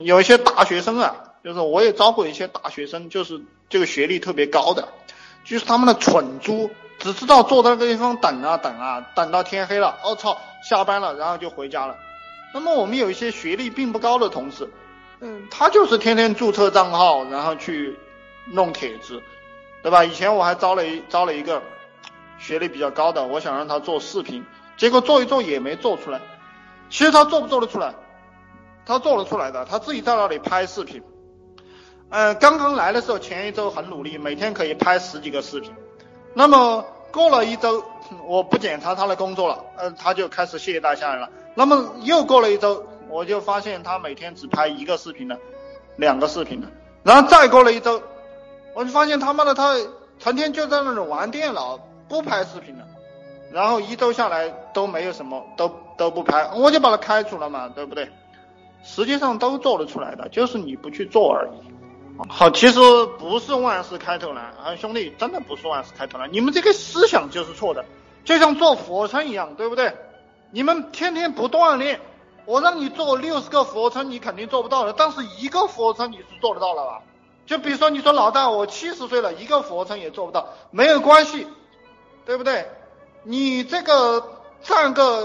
有一些大学生啊，就是我也招过一些大学生，就是这个学历特别高的，就是他们的蠢猪，只知道坐在那个地方等啊等啊，等到天黑了，我操，下班了，然后就回家了。那么我们有一些学历并不高的同事，他就是天天注册账号，然后去弄帖子，对吧？以前我还招了一个学历比较高的，我想让他做视频，结果做一做也没做出来。其实他做不做得出来？他做得出来的，他自己在那里拍视频。刚刚来的时候，前一周很努力，每天可以拍10几个视频。那么过了一周，我不检查他的工作了，他就开始懈怠下来了。那么又过了一周，我就发现他每天只拍1个视频了，2个视频了。然后再过了一周，我就发现他成天就在那里玩电脑，不拍视频了。然后1周下来都没有什么，都不拍，我就把他开除了嘛，对不对？实际上都做得出来的，就是你不去做而已。好，其实不是万事开头难啊，兄弟，真的不是万事开头难，你们这个思想就是错的，就像做俯卧撑一样，对不对？你们天天不锻炼，我让你做60个俯卧撑，你肯定做不到的，但是1个俯卧撑你是做得到了吧？就比如说你说老大，我70岁了，1个俯卧撑也做不到，没有关系，对不对？你这个站个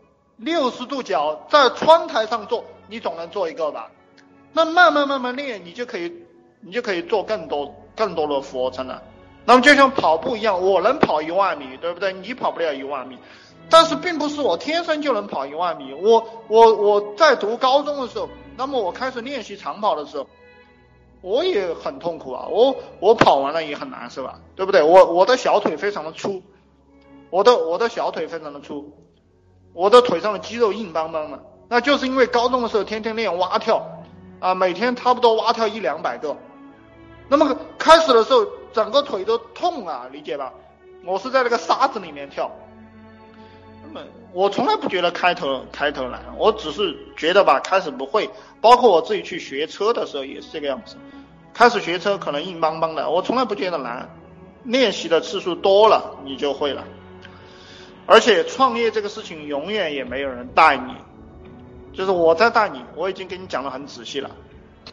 60度角在窗台上做，你总能做1个吧？那慢慢练，你就可以做更多的俯卧撑了。那么就像跑步一样，我能跑1万米，对不对？你跑不了1万米，但是并不是我天生就能跑1万米。我在读高中的时候，那么我开始练习长跑的时候，我也很痛苦啊，我跑完了也很难受啊，对不对？我的小腿非常的粗，我的小腿非常的粗，我的腿上的肌肉硬邦邦的，那就是因为高中的时候天天练蛙跳啊，每天差不多蛙跳100-200个。那么开始的时候整个腿都痛啊，理解吧？我是在那个沙子里面跳。那么我从来不觉得开头难，我只是觉得吧，开始不会。包括我自己去学车的时候也是这个样子，开始学车可能硬邦邦的，我从来不觉得难，练习的次数多了你就会了。而且创业这个事情永远也没有人带你，就是我在带你，我已经给你讲得很仔细了，